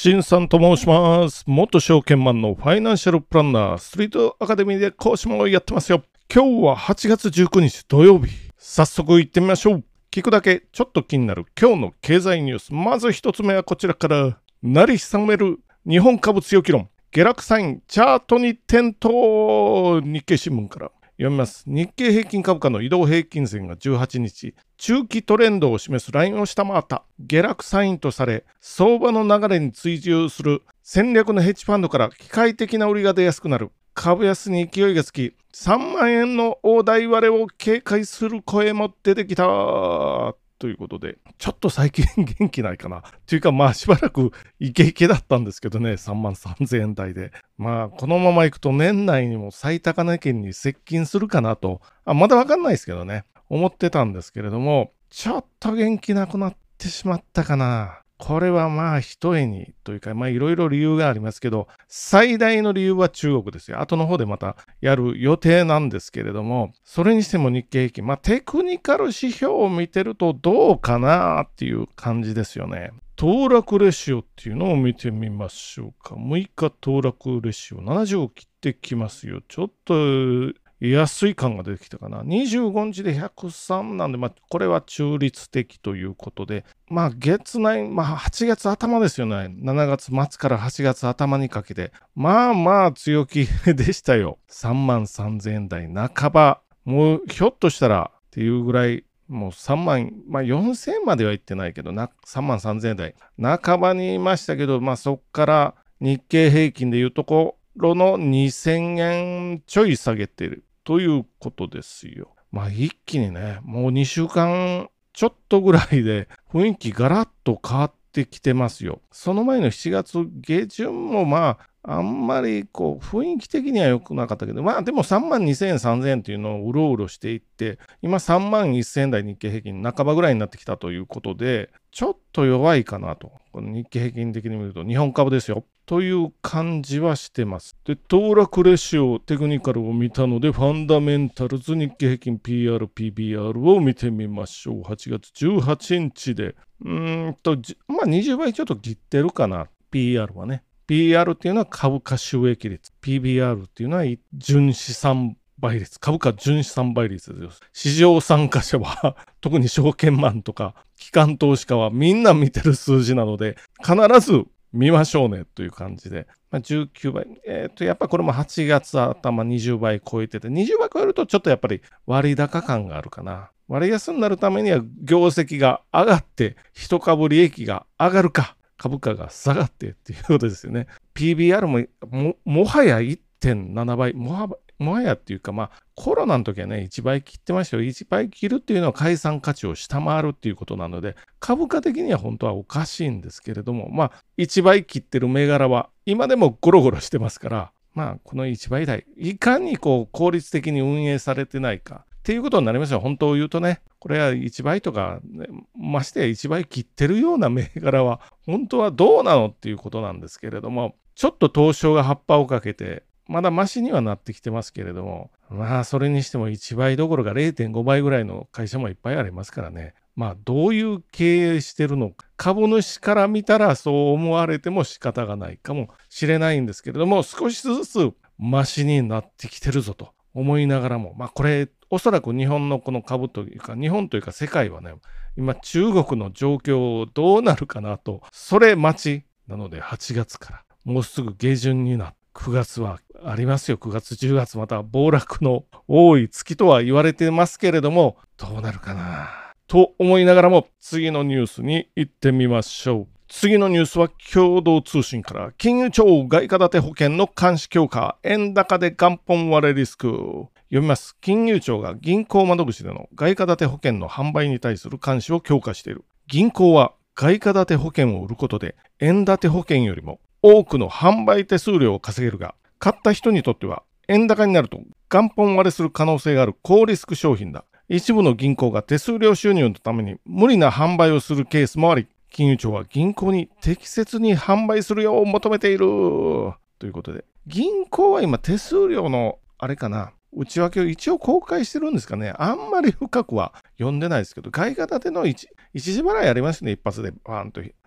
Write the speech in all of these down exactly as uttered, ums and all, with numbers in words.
新さんと申します。元証券マンのファイナンシャルプランナー、ストリートアカデミーで講師もやってますよ。今日ははちがつじゅうくにち土曜日。早速行ってみましょう。聞くだけちょっと気になる今日の経済ニュース。まず一つ目はこちらから。成り潜める日本株強気論。下落サイン、チャートに点灯。日経新聞から読みます。日経平均株価の移動平均線がじゅうはちにち、中期トレンドを示すラインを下回った下落サインとされ、相場の流れに追従する戦略のヘッジファンドから機械的な売りが出やすくなる。株安に勢いがつき、さんまんえんの大台割れを警戒する声も出てきた。ということで、ちょっと最近元気ないかな。というか、まあしばらくイケイケだったんですけどね、さんまんさんぜんえん台で。まあこのままいくと年内にも最高値圏に接近するかなと、あまだわかんないですけどね、思ってたんですけれども、ちょっと元気なくなってしまったかな。これはまあ一重にというか、まあいろいろ理由がありますけど、最大の理由は中国ですよ。後の方でまたやる予定なんですけれども、それにしても日経平均、まあテクニカル指標を見てるとどうかなっていう感じですよね。騰落レシオっていうのを見てみましょうか。むいか騰落レシオななじゅうを切ってきますよ。ちょっと安い感が出てきたかな。にじゅうごにちでひゃくさんなんで、まあ、これは中立的ということで、まあ、月内、まあ、はちがつあたまですよね。しちがつまつからはちがつあたまにかけて、まあまあ強気でしたよ。さんまんさんぜんえん台半ば、もうひょっとしたらっていうぐらい、もうさんまん、まあよんせんえんまではいってないけどな、さんまんさんぜんえん台半ばにいましたけど、まあそっから日経平均でいうところのにせんえんちょい下げてる。ということですよ。まあ一気にね、もうにしゅうかんちょっとぐらいで雰囲気ガラッと変わってきてますよ。その前のしちがつげじゅんもまああんまりこう雰囲気的には良くなかったけど、まあでもさんまんにせんえん、さんぜんえんというのをうろうろしていって、今さんまんせんえん台日経平均半ばぐらいになってきたということで、ちょっと弱いかなと。この日経平均的に見ると日本株ですよ。という感じはしてます。で、騰落レシオ、テクニカルを見たので、ファンダメンタルズ、日経平均 ピーアール、ピービーアール を見てみましょう。はちがつじゅうはちにちで、うーんと、まあにじゅうばいちょっと切ってるかな。ピーアール はね。ピーアール っていうのは株価収益率。ピービーアール っていうのは純資産倍率。株価純資産倍率です。市場参加者は、特に証券マンとか、機関投資家はみんな見てる数字なので、必ず見ましょうねという感じで、まあ、じゅうきゅうばい、えっとやっぱこれもはちがつ頭にじゅうばい超えてて、にじゅうばい超えるとちょっとやっぱり割高感があるかな。割安になるためには業績が上がって一株利益が上がるか、株価が下がってっていうことですよね。ピービーアール も も, もはや いってんななばい、もはもはやっていうか、まあ、コロナの時はね、いちばい切ってましたよ。いちばい切るっていうのは解散価値を下回るっていうことなので、株価的には本当はおかしいんですけれども、まあ、いちばい切ってる銘柄は今でもゴロゴロしてますから、まあ、このいちばい台、いかにこう効率的に運営されてないかっていうことになりますよ。本当を言うとね、これはいちばいとか、ね、ましてやいちばい切ってるような銘柄は、本当はどうなのっていうことなんですけれども、ちょっと東証が葉っぱをかけて、まだマシにはなってきてますけれども、まあそれにしてもいちばいどころか れいてんごばいぐらいの会社もいっぱいありますからね。まあどういう経営してるのか、株主から見たらそう思われても仕方がないかもしれないんですけれども、少しずつマシになってきてるぞと思いながらも、まあこれおそらく日本のこの株というか、日本というか世界はね、今中国の状況どうなるかなと、それ待ちなのではちがつからもうすぐ下旬になって、くがつはありますよ。くがつ、じゅうがつまた暴落の多い月とは言われてますけれども、どうなるかなと思いながらも次のニュースに行ってみましょう。次のニュースは共同通信から、金融庁外貨建て保険の監視強化、円高で元本割れリスク。読みます。金融庁が銀行窓口での外貨建て保険の販売に対する監視を強化している。銀行は外貨建て保険を売ることで円建て保険よりも多くの販売手数料を稼げるが、買った人にとっては円高になると元本割れする可能性がある高リスク商品だ。一部の銀行が手数料収入のために無理な販売をするケースもあり、金融庁は銀行に適切に販売するよう求めているということで、銀行は今手数料のあれかな、内訳を一応公開してるんですかね。あんまり深くは読んでないですけど、外貨建ての 一, 一時払いありますね。一発でバーンと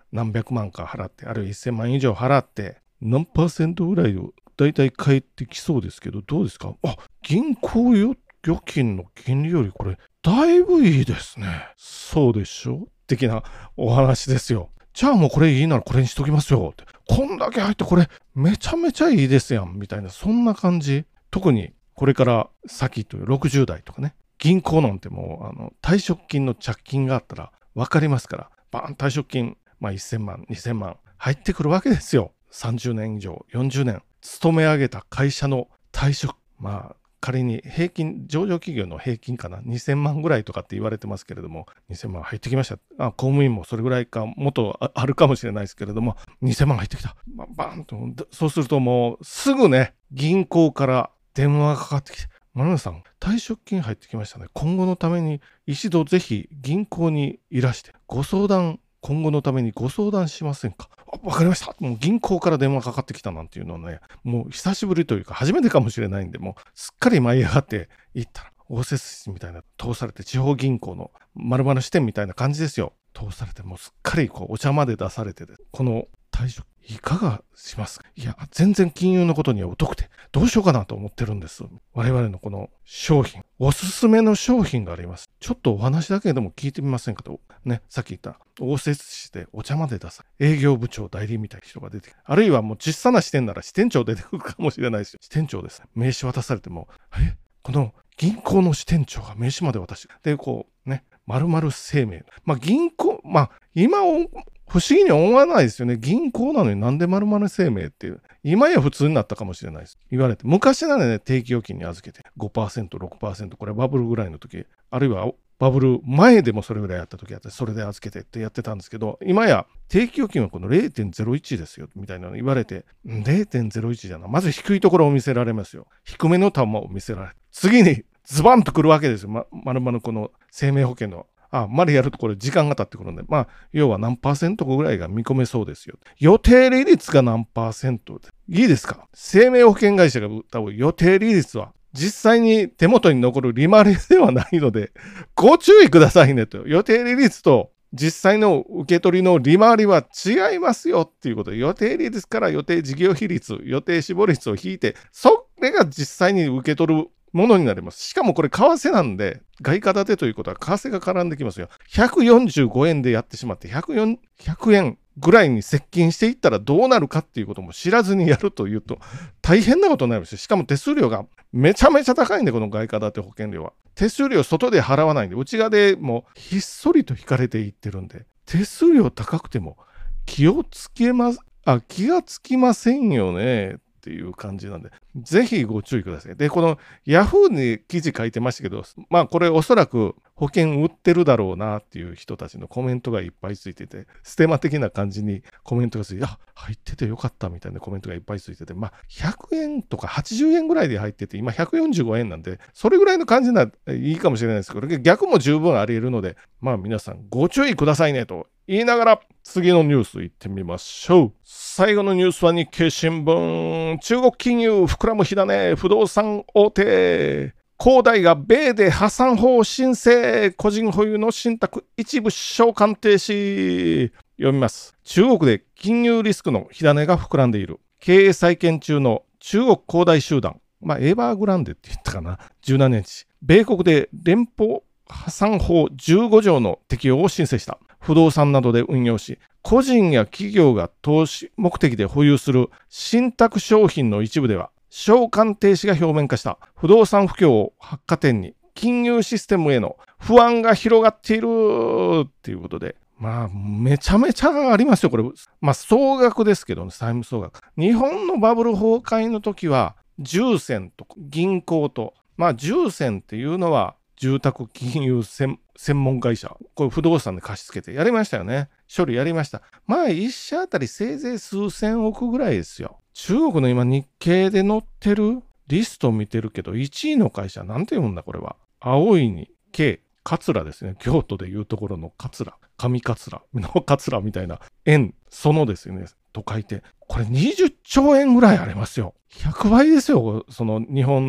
何百万か払って、あるいはせんまん以上払って、何パーセントぐらいをだいたい返ってきそうですけど、どうですか？あ、銀行預金の金利よりこれ、だいぶいいですね。そうでしょ的なお話ですよ。じゃあもうこれいいならこれにしときますよって。こんだけ入ってこれめちゃめちゃいいですやんみたいな、そんな感じ。特にこれから先というろくじゅう代とかね、銀行なんてもうあの退職金の着金があったら分かりますから、バーン退職金、まあ、せんまんにせんまん入ってくるわけですよ。さんじゅうねん以上よんじゅうねん勤め上げた会社の退職、まあ仮に平均、上場企業の平均かな、にせんまんぐらいとかって言われてますけれども、にせんまん入ってきました。あ、公務員もそれぐらいか、もっと あ, あるかもしれないですけれども、にせんまん入ってきた。まバーンと、そうするともうすぐね、銀行から電話がかかってきて、丸村さん、退職金入ってきましたね。今後のために一度ぜひ銀行にいらして、ご相談、今後のためにご相談しませんか？わかりました。もう銀行から電話かかってきたなんていうのはね、もう久しぶりというか初めてかもしれないんで、もうすっかり舞い上がっていったら、応接室みたいな通されて、地方銀行の丸々支店みたいな感じですよ。通されて、もうすっかりこうお茶まで出されてで、この退職いかがしますか？いや、全然金融のことには疎くて、どうしようかなと思ってるんです。我々のこの商品、おすすめの商品があります。ちょっとお話だけでも聞いてみませんかと。ね、さっき言った応接室でお茶まで出さ営業部長代理みたいな人が出てくる。あるいはもう小さな支店なら支店長出てくるかもしれないですよ。支店長です。名刺渡されても、え、この銀行の支店長が名刺まで渡して、で、こうね、〇〇生命。まあ銀行、まあ今不思議に思わないですよね。銀行なのになんで〇〇生命っていう。今や普通になったかもしれないです。言われて。昔ならね、定期預金に預けて ごパーセント、ろくパーセント、これバブルぐらいの時、あるいはバブル前でもそれぐらいやった時あって、それで預けてってやってたんですけど、今や定期預金はこの ゼロてんゼロいち ですよ、みたいなの言われて、ゼロてんゼロいち じゃな。まず低いところを見せられますよ。低めの球を見せられる。次にズバンと来るわけですよ。ま、まるまるこの生命保険の。あ、までやるとこれ時間が経ってくるんで、まあ、要は何パーセントぐらいが見込めそうですよ。予定利率が何パーセントで。いいですか？生命保険会社が歌う予定利率は、実際に手元に残る利回りではないので、ご注意くださいねと。予定利率と実際の受け取りの利回りは違いますよっていうことで、予定利率から予定事業比率、予定死亡率を引いて、それが実際に受け取るものになります。しかもこれ為替なんで、外貨建てということは為替が絡んできますよ。ひゃくよんじゅうごえんでやってしまってひゃくえんぐらいに接近していったらどうなるかっていうことも知らずにやるというと大変なことになりますよ。しかも手数料がめちゃめちゃ高いんで、この外貨建て保険料は。手数料外で払わないんで、内側でもうひっそりと引かれていってるんで、手数料高くても気をつけます、あ、気がつきませんよね。っていう感じなんで、ぜひご注意ください。で、このヤフーに記事書いてましたけど、まあこれおそらく保険売ってるだろうなっていう人たちのコメントがいっぱいついてて、ステマ的な感じにコメントがついて、あ、入っててよかったみたいなコメントがいっぱいついてて、まあひゃくえんとかはちじゅうえんぐらいで入ってて、今ひゃくよんじゅうごえんなんで、それぐらいの感じならいいかもしれないですけど、逆も十分あり得るので、まあ皆さんご注意くださいねと言いながら、次のニュースいってみましょう。最後のニュースは日経新聞。中国金融膨らむ火種、不動産大手。恒大が米で破産法申請。個人保有の信託一部償還停止。読みます。中国で金融リスクの火種が膨らんでいる。経営再建中の中国恒大集団。まあ、エバーグランデって言ったかな。じゅうななにち。米国で連邦破産法じゅうごじょうの適用を申請した。不動産などで運用し、個人や企業が投資目的で保有する信託商品の一部では、償還停止が表面化した。不動産不況を発火点に、金融システムへの不安が広がっているっていうことで、まあ、めちゃめちゃありますよ、これ。まあ、総額ですけどね、債務総額。日本のバブル崩壊の時は、住専と銀行と、まあ、住専っていうのは、住宅金融専門会社、こういう不動産で貸し付けてやりましたよね。処理やりました。まあ一社あたりせいぜい数千億ぐらいですよ。中国の今日経で載ってるリストを見てるけど、いちいの会社、なんて読むんだこれは。青いにK、桂ですね。京都でいうところの桂、上桂の桂みたいな円、そのですよね。と書いて、これにじゅっちょうえんぐらいありますよ。ひゃくばいですよ。その日本の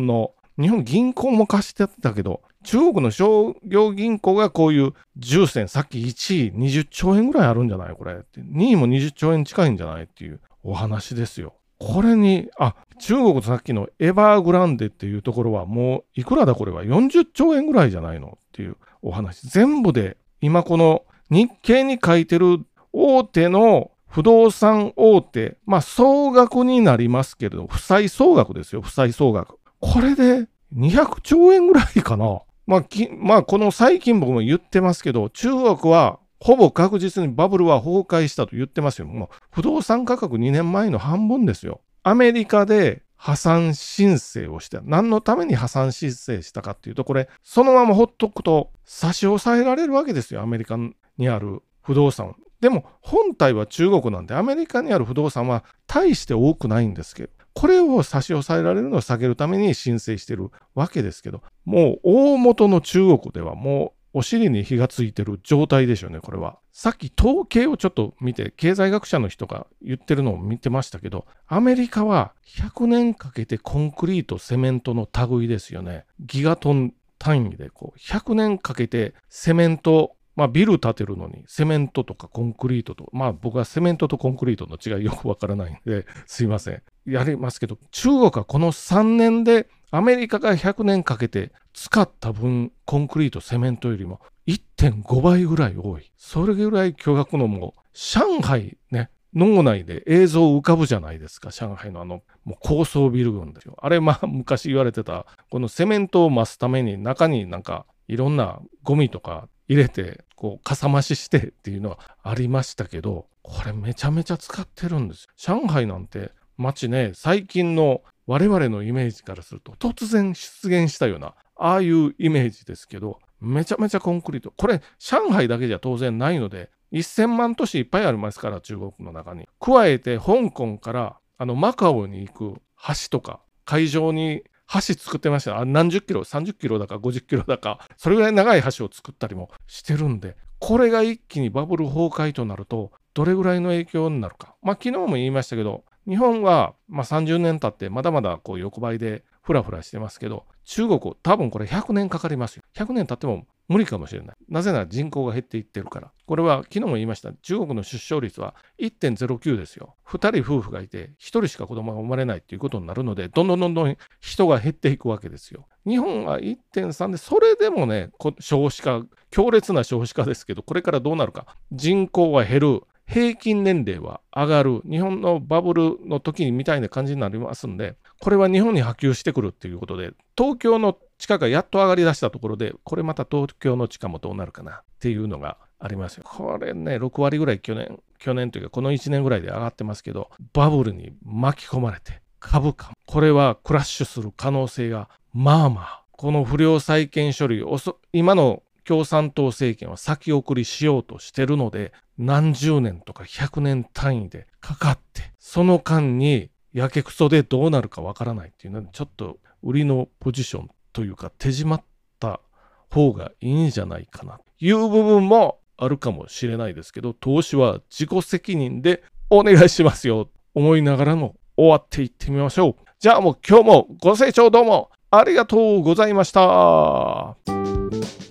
日本銀行も貸してたけど、中国の商業銀行がこういう重戦、さっきいちいにじゅっちょうえんぐらいあるんじゃないこれって。にいもにじゅっちょうえん近いんじゃないっていうお話ですよ。これに、あ、中国とさっきのエバーグランデっていうところはもういくらだこれはよんじゅっちょうえんぐらいじゃないのっていうお話。全部で今この日経に書いてる大手の不動産大手、まあ総額になりますけれど、負債総額ですよ、負債総額。これでにひゃくちょうえんぐらいかな。まあ、きまあ、この最近僕も言ってますけど、中国はほぼ確実にバブルは崩壊したと言ってますよ。もう不動産価格にねんまえの半分ですよ。アメリカで破産申請をして、何のために破産申請したかっていうと、これ、そのままほっとくと差し押さえられるわけですよ。アメリカにある不動産。でも、本体は中国なんで、アメリカにある不動産は大して多くないんですけど、これを差し押さえられるのを避けるために申請してるわけですけど、もう大元の中国ではもうお尻に火がついてる状態でしょうね、これは。さっき統計をちょっと見て、経済学者の人が言ってるのを見てましたけど、アメリカはひゃくねんかけてコンクリート、セメントの類ですよね。ギガトン単位でこう、ひゃくねんかけてセメント、まあビル建てるのにセメントとかコンクリートと、まあ僕はセメントとコンクリートの違いよくわからないんですいません。やりますけど、中国はこのさんねんでアメリカがひゃくねんかけて使った分、コンクリート、セメントよりも いってんごばいぐらい多い。それぐらい巨額のもう、上海ね、脳内で映像浮かぶじゃないですか。上海のあの、もう高層ビル群ですよ。あれ、まあ昔言われてた、このセメントを増すために中になんかいろんなゴミとか入れて、こう、かさ増ししてっていうのはありましたけど、これめちゃめちゃ使ってるんですよ。上海なんて街ね、最近の我々のイメージからすると突然出現したような、ああいうイメージですけど、めちゃめちゃコンクリート。これ、上海だけじゃ当然ないので、せんまん都市いっぱいありますから、中国の中に。加えて、香港からあのマカオに行く橋とか、海上に橋作ってました。あ、何十キロ、さんじゅっキロだかごじゅっキロだか、それぐらい長い橋を作ったりもしてるんで、これが一気にバブル崩壊となると、どれぐらいの影響になるか。まあ、昨日も言いましたけど、日本はまあさんじゅうねん経ってまだまだこう横ばいでフラフラしてますけど、中国多分これひゃくねんかかりますよ。ひゃくねん経っても無理かもしれない。なぜなら人口が減っていってるから。これは昨日も言いました。中国の出生率は いってんゼロきゅう ですよ。ふたり夫婦がいてひとりしか子供が生まれないっていうことになるので、どんどんどんどん人が減っていくわけですよ。日本は いってんさん で、それでもね、少子化、強烈な少子化ですけど、これからどうなるか。人口は減る。平均年齢は上がる。日本のバブルの時みたいな感じになりますんで、これは日本に波及してくるっていうことで、東京の地価がやっと上がりだしたところで、これまた東京の地価もどうなるかなっていうのがありますよ。これね、ろくわりぐらい去年、去年というかこのいちねんぐらいで上がってますけど、バブルに巻き込まれて、株価、これはクラッシュする可能性がまあまあ、この不良債権処理を今の共産党政権は先送りしようとしてるので、何十年とかひゃくねん単位でかかって、その間にやけくそでどうなるかわからないっていうのは、ちょっと売りのポジションというか手締まった方がいいんじゃないかなという部分もあるかもしれないですけど、投資は自己責任でお願いしますよ、思いながらも終わっていってみましょう。じゃあもう今日もご清聴どうもありがとうございました。